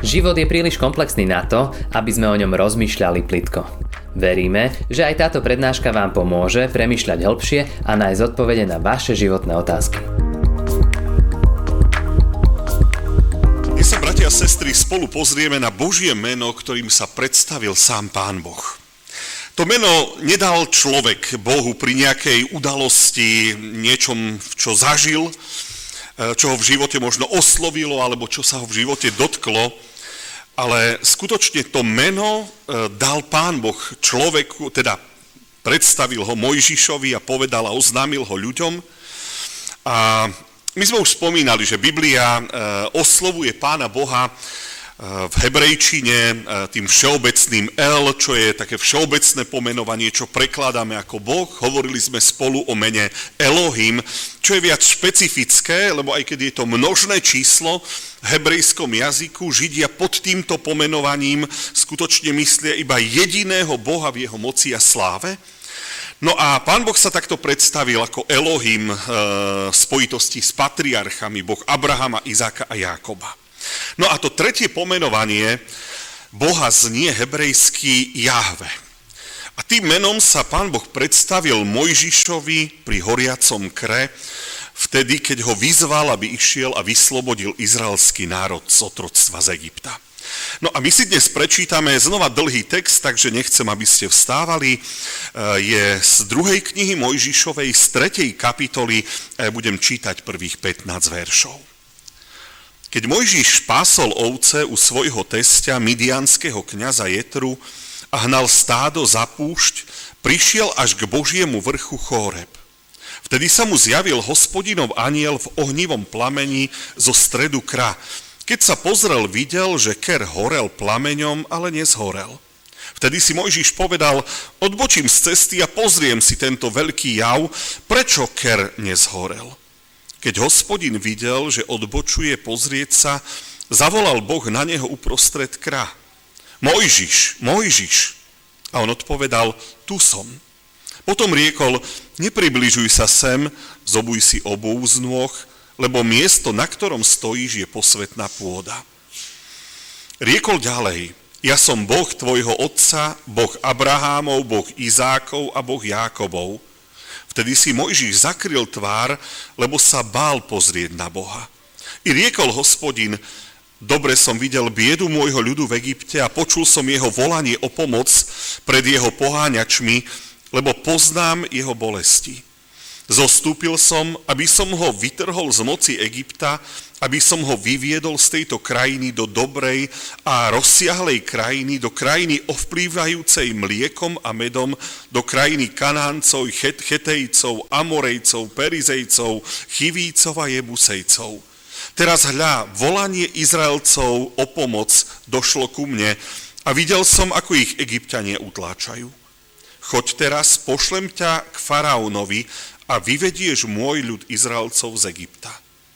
Život je príliš komplexný na to, aby sme o ňom rozmýšľali plitko. Veríme, že aj táto prednáška vám pomôže premýšľať hĺbšie a nájsť odpovede na vaše životné otázky. Dnes sa, bratia a sestry, spolu pozrieme na Božie meno, ktorým sa predstavil sám Pán Boh. To meno nedal človek Bohu pri nejakej udalosti, niečom, čo zažil, čo ho v živote možno oslovilo, alebo čo sa ho v živote dotklo, ale skutočne to meno dal Pán Boh človeku, teda predstavil ho Mojžišovi a povedal a oznámil ho ľuďom. A my sme už spomínali, že Biblia oslovuje Pána Boha v hebrejčine tým všeobecným El, čo je také všeobecné pomenovanie, čo prekladáme ako Boh. Hovorili sme spolu o mene Elohim, čo je viac špecifické, lebo aj keď je to množné číslo v hebrejskom jazyku, Židia pod týmto pomenovaním skutočne myslia iba jediného Boha v jeho moci a sláve. No a Pán Boh sa takto predstavil ako Elohim v spojitosti s patriarchami, Boh Abrahama, Izáka a Jákoba. No a to tretie pomenovanie Boha znie hebrejsky Jahve. A tým menom sa Pán Boh predstavil Mojžišovi pri horiacom kre, vtedy, keď ho vyzval, aby išiel a vyslobodil izraelský národ z otroctva z Egypta. No a my si dnes prečítame znova dlhý text, takže nechcem, aby ste vstávali. Je z 2. knihy Mojžišovej, z 3. kapitoly, budem čítať prvých 15 veršov. Keď Mojžiš pásol ovce u svojho tesťa, midianského kňaza Jetru, a hnal stádo za púšť, prišiel až k Božiemu vrchu Chóreb. Vtedy sa mu zjavil Hospodinov anjel v ohnivom plameni zo stredu kra. Keď sa pozrel, videl, že ker horel plameňom, ale nezhorel. Vtedy si Mojžiš povedal, odbočím z cesty a pozriem si tento veľký jav, prečo ker nezhorel. Keď Hospodin videl, že odbočuje pozrieť sa, zavolal Boh na neho uprostred kra. Mojžiš, Mojžiš. A on odpovedal, tu som. Potom riekol, nepribližuj sa sem, zobuj si obuv z nôh, lebo miesto, na ktorom stojíš, je posvätná pôda. Riekol ďalej, ja som Boh tvojho otca, Boh Abrahámov, Boh Izákov a Boh Jákobov. Vtedy si Mojžiš zakryl tvár, lebo sa bál pozrieť na Boha. I riekol Hospodin, dobre som videl biedu môjho ľudu v Egypte a počul som jeho volanie o pomoc pred jeho poháňačmi, lebo poznám jeho bolesti. Zostúpil som, aby som ho vytrhol z moci Egypta, aby som ho vyviedol z tejto krajiny do dobrej a rozsiahlej krajiny, do krajiny ovplývajúcej mliekom a medom, do krajiny Kanáncov, Chetejcov, Amorejcov, Perizejcov, Chivícov a Jebusejcov. Teraz hľa, volanie Izraelcov o pomoc došlo ku mne a videl som, ako ich Egypťania utláčajú. Choď teraz, pošlem ťa k faraónovi a vyvedieš môj ľud Izraelcov z Egypta.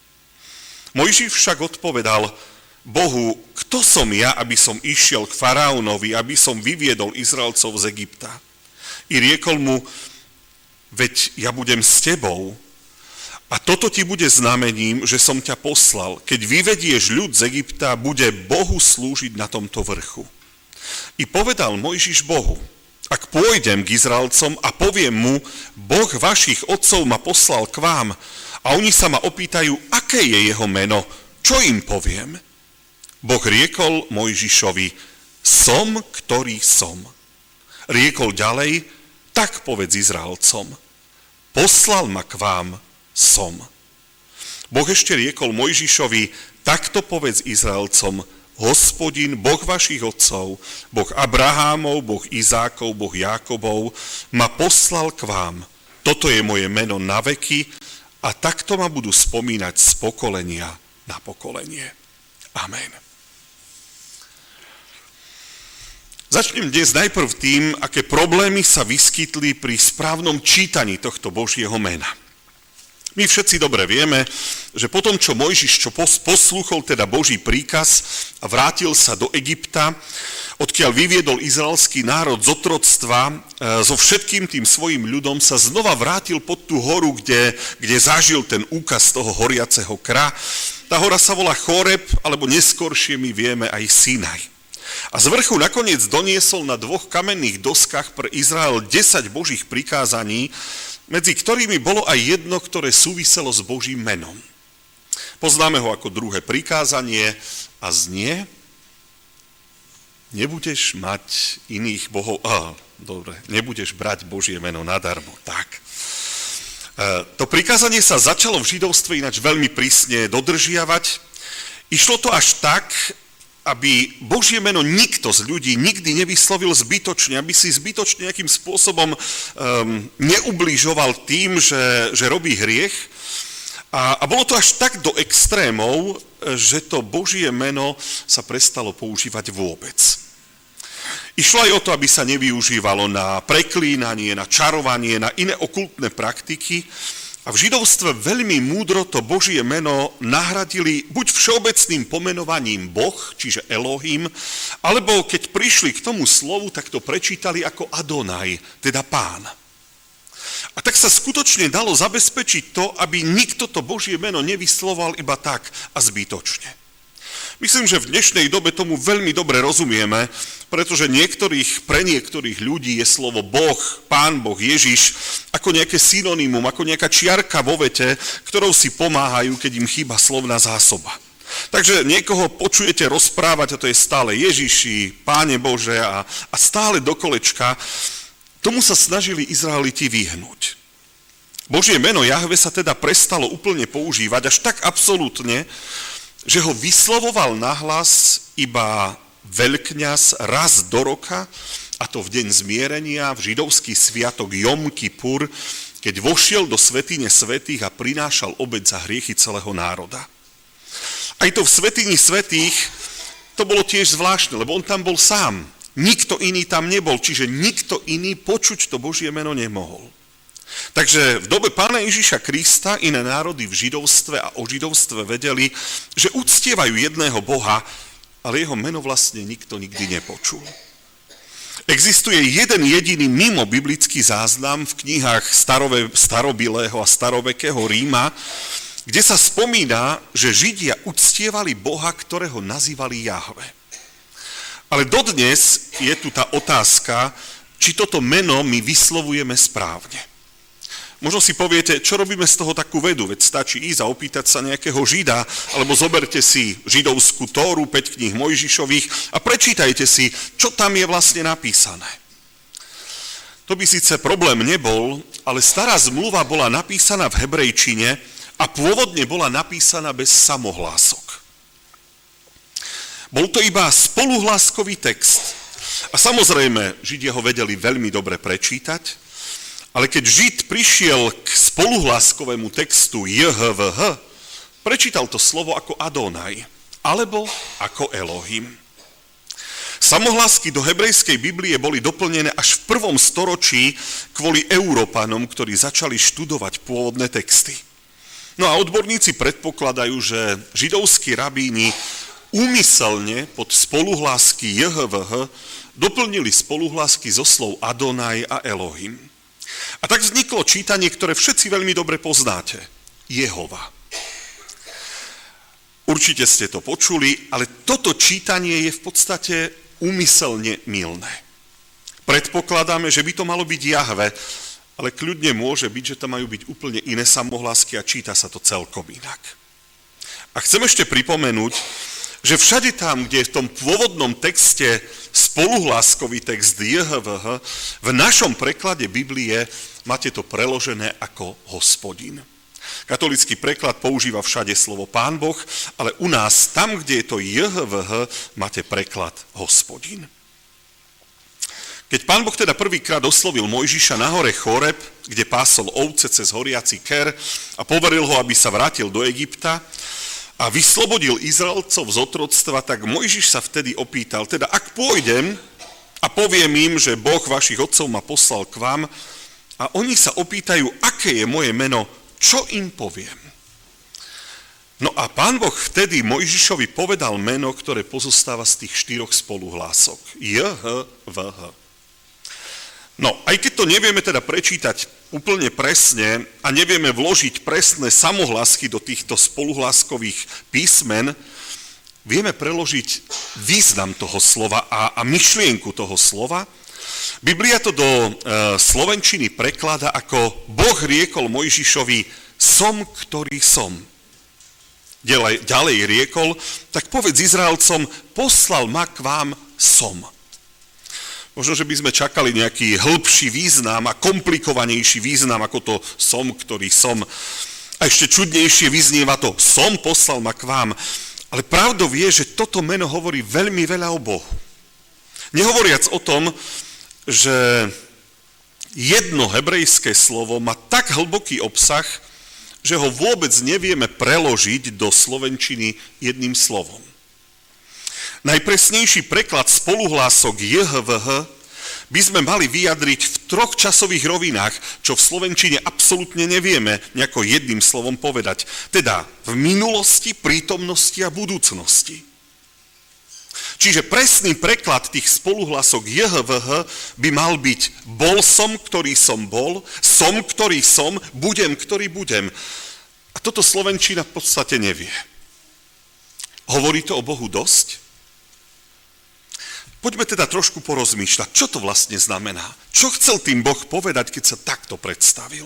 Mojžiš však odpovedal Bohu, kto som ja, aby som išiel k faraónovi, aby som vyviedol Izraelcov z Egypta. I riekol mu, veď ja budem s tebou a toto ti bude znamením, že som ťa poslal. Keď vyvedieš ľud z Egypta, bude Bohu slúžiť na tomto vrchu. I povedal Mojžiš Bohu, ak pôjdem k Izraelcom a poviem mu, Boh vašich otcov ma poslal k vám a oni sa ma opýtajú, aké je jeho meno, čo im poviem? Boh riekol Mojžišovi, som, ktorý som. Riekol ďalej, tak povedz Izraelcom, poslal ma k vám, som. Boh ešte riekol Mojžišovi, takto povedz Izraelcom, Hospodin, Boh vašich otcov, Boh Abrahámov, Boh Izákov, Boh Jákobov, ma poslal k vám. Toto je moje meno na veky a takto ma budú spomínať z pokolenia na pokolenie. Amen. Začnem dnes najprv tým, aké problémy sa vyskytli pri správnom čítaní tohto Božieho mena. My všetci dobre vieme, že potom, čo Mojžiš poslúchol teda Boží príkaz a vrátil sa do Egypta, odkiaľ vyviedol izraelský národ z otroctva, so všetkým tým svojim ľudom sa znova vrátil pod tú horu, kde zažil ten úkaz toho horiaceho kra Tá hora sa volá Choreb, alebo neskoršie my vieme aj Sinaj. A z vrchu nakoniec doniesol na 2 kamenných doskách pre Izrael 10 Božích prikázaní, medzi ktorými bolo aj jedno, ktoré súviselo s Božím menom. Poznáme ho ako 2. prikázanie a znie: nebudeš mať iných bohov... Dobre, nebudeš brať Božie meno nadarmo. Tak. To prikázanie sa začalo v židovstve ináč veľmi prísne dodržiavať. Išlo to až tak, aby Božie meno nikto z ľudí nikdy nevyslovil zbytočne, aby si zbytočne nejakým spôsobom neubližoval tým, že robí hriech. A bolo to až tak do extrémov, že to Božie meno sa prestalo používať vôbec. Išlo aj o to, aby sa nevyužívalo na preklínanie, na čarovanie, na iné okultné praktiky. A v židovstve veľmi múdro to Božie meno nahradili buď všeobecným pomenovaním Boh, čiže Elohim, alebo keď prišli k tomu slovu, tak to prečítali ako Adonaj, teda Pán. A tak sa skutočne dalo zabezpečiť to, aby nikto to Božie meno nevysloval iba tak a zbytočne. Myslím, že v dnešnej dobe tomu veľmi dobre rozumieme, pretože pre niektorých ľudí je slovo Boh, Pán Boh, Ježiš ako nejaké synonymum, ako nejaká čiarka vo vete, ktorou si pomáhajú, keď im chýba slovná zásoba. Takže niekoho počujete rozprávať, a to je stále Ježiši, Páne Bože a stále do kolečka. Tomu sa snažili Izraeliti vyhnúť. Božie meno Jahve sa teda prestalo úplne používať až tak absolútne, že ho vyslovoval nahlas iba veľkňaz raz do roka, a to v deň zmierenia, v židovský sviatok Jom Kipur, keď vošiel do svätyne svätých a prinášal obeť za hriechy celého národa. Aj to v svätyni svätých to bolo tiež zvláštne, lebo on tam bol sám. Nikto iný tam nebol, čiže nikto iný počuť to Božie meno nemohol. Takže v dobe Pána Ježiša Krista iné národy v židovstve a o židovstve vedeli, že uctievajú jedného Boha, ale jeho meno vlastne nikto nikdy nepočul. Existuje jeden jediný mimo biblický záznam v knihách starobilého a starovekého Ríma, kde sa spomína, že Židia uctievali Boha, ktorého nazývali Jahve. Ale dodnes je tu tá otázka, či toto meno my vyslovujeme správne. Možno si poviete, čo robíme z toho takú vedu, veď stačí ísť a opýtať sa nejakého Žida, alebo zoberte si židovskú Tóru, 5 kníh Mojžišových a prečítajte si, čo tam je vlastne napísané. To by síce problém nebol, ale stará zmluva bola napísaná v hebrejčine a pôvodne bola napísaná bez samohlások. Bol to iba spoluhláskový text. A samozrejme, Židia ho vedeli veľmi dobre prečítať, ale keď Žid prišiel k spoluhláskovému textu JHVH, prečítal to slovo ako Adonaj, alebo ako Elohim. Samohlásky do hebrejskej Biblie boli doplnené až v 1. storočí kvôli Európanom, ktorí začali študovať pôvodné texty. No a odborníci predpokladajú, že židovskí rabíni úmyselne pod spoluhlásky JHVH doplnili spoluhlásky zo slov Adonaj a Elohim. A tak vzniklo čítanie, ktoré všetci veľmi dobre poznáte. Jehova. Určite ste to počuli, ale toto čítanie je v podstate úmyselne mylné. Predpokladáme, že by to malo byť Jahve, ale kľudne môže byť, že tam majú byť úplne iné samohlásky a číta sa to celkom inak. A chcem ešte pripomenúť, že všade tam, kde je v tom pôvodnom texte spoluhláskový text JHVH, v našom preklade Biblie máte to preložené ako Hospodin. Katolícky preklad používa všade slovo Pán Boh, ale u nás, tam, kde je to JHVH, máte preklad Hospodin. Keď Pán Boh teda prvýkrát oslovil Mojžiša na hore Choreb, kde pásol ovce cez horiaci Ker a poveril ho, aby sa vrátil do Egypta, a vyslobodil Izraelcov z otroctva, tak Mojžiš sa vtedy opýtal, teda ak pôjdem a poviem im, že Boh vašich otcov ma poslal k vám a oni sa opýtajú, aké je moje meno, čo im poviem? No a Pán Boh vtedy Mojžišovi povedal meno, ktoré pozostáva z tých 4 spoluhlások. JHVH. No, aj keď to nevieme teda prečítať úplne presne a nevieme vložiť presné samohlásky do týchto spoluhláskových písmen, vieme preložiť význam toho slova a myšlienku toho slova. Biblia to do slovenčiny preklada ako Boh riekol Mojžišovi, som, ktorý som. Ďalej riekol, tak povedz Izraelcom, poslal ma k vám som. Možno, že by sme čakali nejaký hĺbší význam a komplikovanejší význam ako to som, ktorý som. A ešte čudnejšie vyznieva to som, poslal ma k vám. Ale pravdou je, že toto meno hovorí veľmi veľa o Bohu. Nehovoriac o tom, že jedno hebrejské slovo má tak hlboký obsah, že ho vôbec nevieme preložiť do slovenčiny jedným slovom. Najpresnejší preklad spoluhlások JHVH by sme mali vyjadriť v 3 časových rovinách, čo v slovenčine absolútne nevieme nejako jedným slovom povedať. Teda v minulosti, prítomnosti a budúcnosti. Čiže presný preklad tých spoluhlások JHVH by mal byť bol som, ktorý som bol, som, ktorý som, budem, ktorý budem. A toto slovenčina v podstate nevie. Hovorí to o Bohu dosť? Poďme teda trošku porozmýšľať, čo to vlastne znamená. Čo chcel tým Boh povedať, keď sa takto predstavil?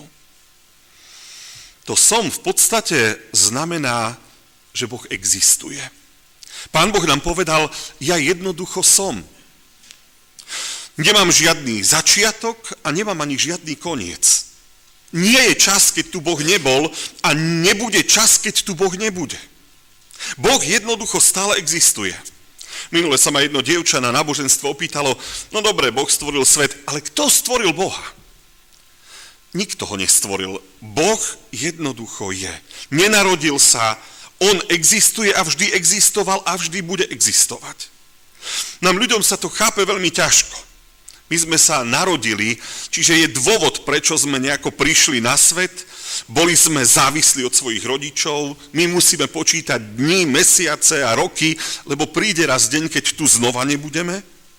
To som v podstate znamená, že Boh existuje. Pán Boh nám povedal, ja jednoducho som. Nemám žiadny začiatok a nemám ani žiadny koniec. Nie je čas, keď tu Boh nebol a nebude čas, keď tu Boh nebude. Boh jednoducho stále existuje. Minule sa ma jedno dievča na náboženstvo opýtalo, no dobre, Boh stvoril svet, ale kto stvoril Boha? Nikto ho nestvoril. Boh jednoducho je. Nenarodil sa, on existuje a vždy existoval a vždy bude existovať. Nám ľuďom sa to chápe veľmi ťažko. My sme sa narodili, čiže je dôvod, prečo sme nejako prišli na svet, boli sme závislí od svojich rodičov, my musíme počítať dni, mesiace a roky, lebo príde raz deň, keď tu znova nebudeme.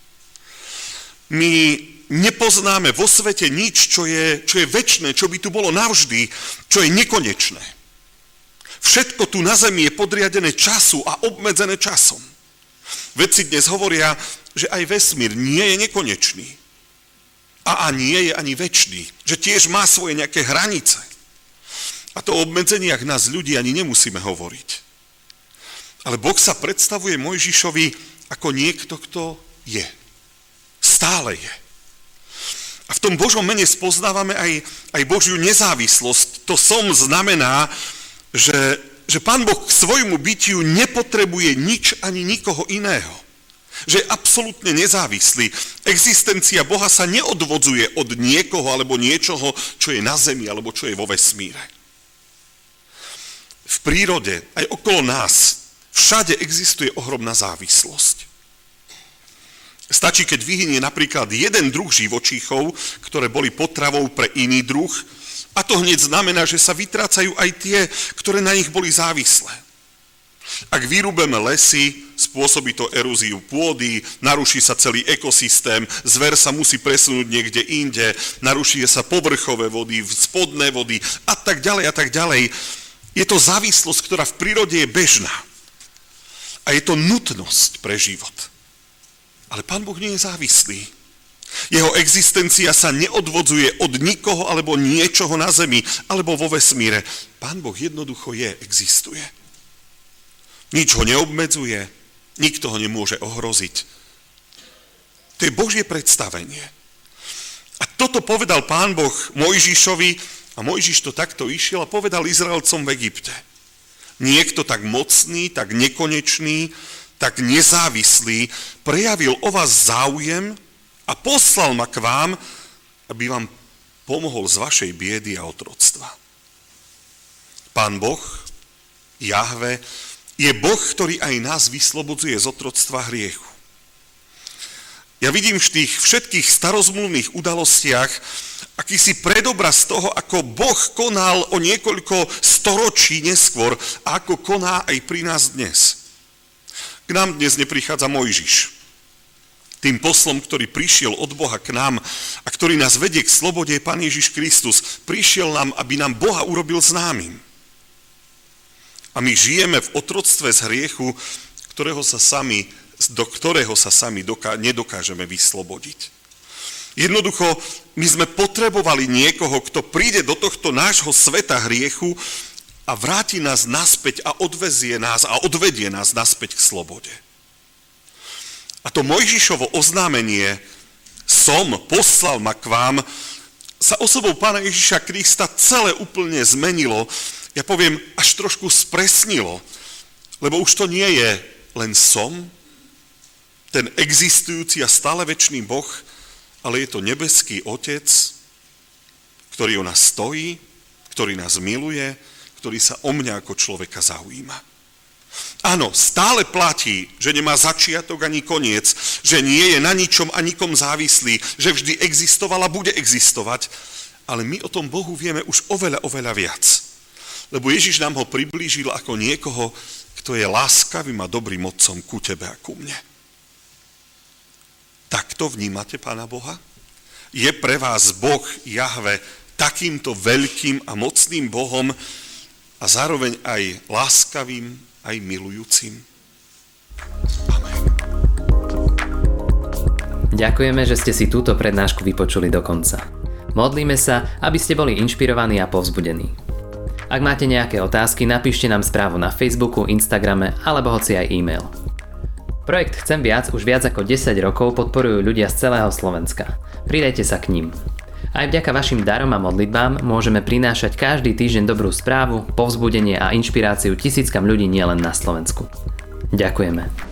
My nepoznáme vo svete nič, čo je večné, čo by tu bolo navždy, čo je nekonečné. Všetko tu na zemi je podriadené času a obmedzené časom. Vedci dnes hovoria, že aj vesmír nie je nekonečný. A nie je ani večný. Že tiež má svoje nejaké hranice. A to o obmedzeniach nás ľudí ani nemusíme hovoriť. Ale Boh sa predstavuje Mojžišovi ako niekto, kto je. Stále je. A v tom Božom mene spoznávame aj Božiu nezávislosť. To som znamená, že Pán Boh k svojmu bytiu nepotrebuje nič ani nikoho iného. Že je absolútne nezávislý. Existencia Boha sa neodvodzuje od niekoho alebo niečoho, čo je na zemi alebo čo je vo vesmíre. V prírode, aj okolo nás, všade existuje ohromná závislosť. Stačí, keď vyhynie napríklad jeden druh živočíchov, ktoré boli potravou pre iný druh, a to hneď znamená, že sa vytrácajú aj tie, ktoré na nich boli závislé. Ak vyrúbeme lesy, spôsobí to eróziu pôdy, naruší sa celý ekosystém, zver sa musí presunúť niekde inde, naruší sa povrchové vody, spodné vody a tak ďalej a tak ďalej. Je to závislosť, ktorá v prírode je bežná. A je to nutnosť pre život. Ale Pán Boh nie je závislý. Jeho existencia sa neodvodzuje od nikoho alebo niečoho na zemi alebo vo vesmíre. Pán Boh jednoducho existuje. Nič ho neobmedzuje, nikto ho nemôže ohroziť. To je Božie predstavenie. A toto povedal Pán Boh Mojžišovi a Mojžiš to takto išiel a povedal Izraelcom v Egypte. Niekto tak mocný, tak nekonečný, tak nezávislý prejavil o vás záujem a poslal ma k vám, aby vám pomohol z vašej biedy a otroctva. Pán Boh, Jahve, je Boh, ktorý aj nás vyslobodzuje z otroctva hriechu. Ja vidím v tých všetkých starozmluvných udalostiach akýsi predobraz toho, ako Boh konal o niekoľko storočí neskôr a ako koná aj pri nás dnes. K nám dnes neprichádza Mojžiš. Tým poslom, ktorý prišiel od Boha k nám a ktorý nás vedie k slobode, je Pán Ježiš Kristus. Prišiel nám, aby nám Boha urobil známym. A my žijeme v otroctve z hriechu, do ktorého sa sami nedokážeme vyslobodiť. Jednoducho, my sme potrebovali niekoho, kto príde do tohto nášho sveta hriechu a vráti nás naspäť a odvedie nás naspäť k slobode. A to Mojžišovo oznámenie, poslal ma k vám, sa osobou Pána Ježiša Krista celé úplne zmenilo, ja poviem, až trošku spresnilo, lebo už to nie je len ten existujúci a stále večný Boh, ale je to nebeský Otec, ktorý o nás stojí, ktorý nás miluje, ktorý sa o mňa ako človeka zaujíma. Áno, stále platí, že nemá začiatok ani koniec, že nie je na ničom a nikom závislý, že vždy existoval a bude existovať, ale my o tom Bohu vieme už oveľa, oveľa viac. Lebo Ježiš nám ho priblížil ako niekoho, kto je láskavým a dobrým otcom ku tebe a ku mne. Takto vnímate Pána Boha? Je pre vás Boh Jahve takýmto veľkým a mocným Bohom a zároveň aj láskavým, aj milujúcim? Amen. Ďakujeme, že ste si túto prednášku vypočuli do konca. Modlíme sa, aby ste boli inšpirovaní a povzbudení. Ak máte nejaké otázky, napíšte nám správu na Facebooku, Instagrame alebo hoci aj e-mail. Projekt Chcem viac už viac ako 10 rokov podporujú ľudia z celého Slovenska. Pridajte sa k ním. Aj vďaka vašim darom a modlitbám môžeme prinášať každý týždeň dobrú správu, povzbudenie a inšpiráciu tisíckam ľudí nielen na Slovensku. Ďakujeme.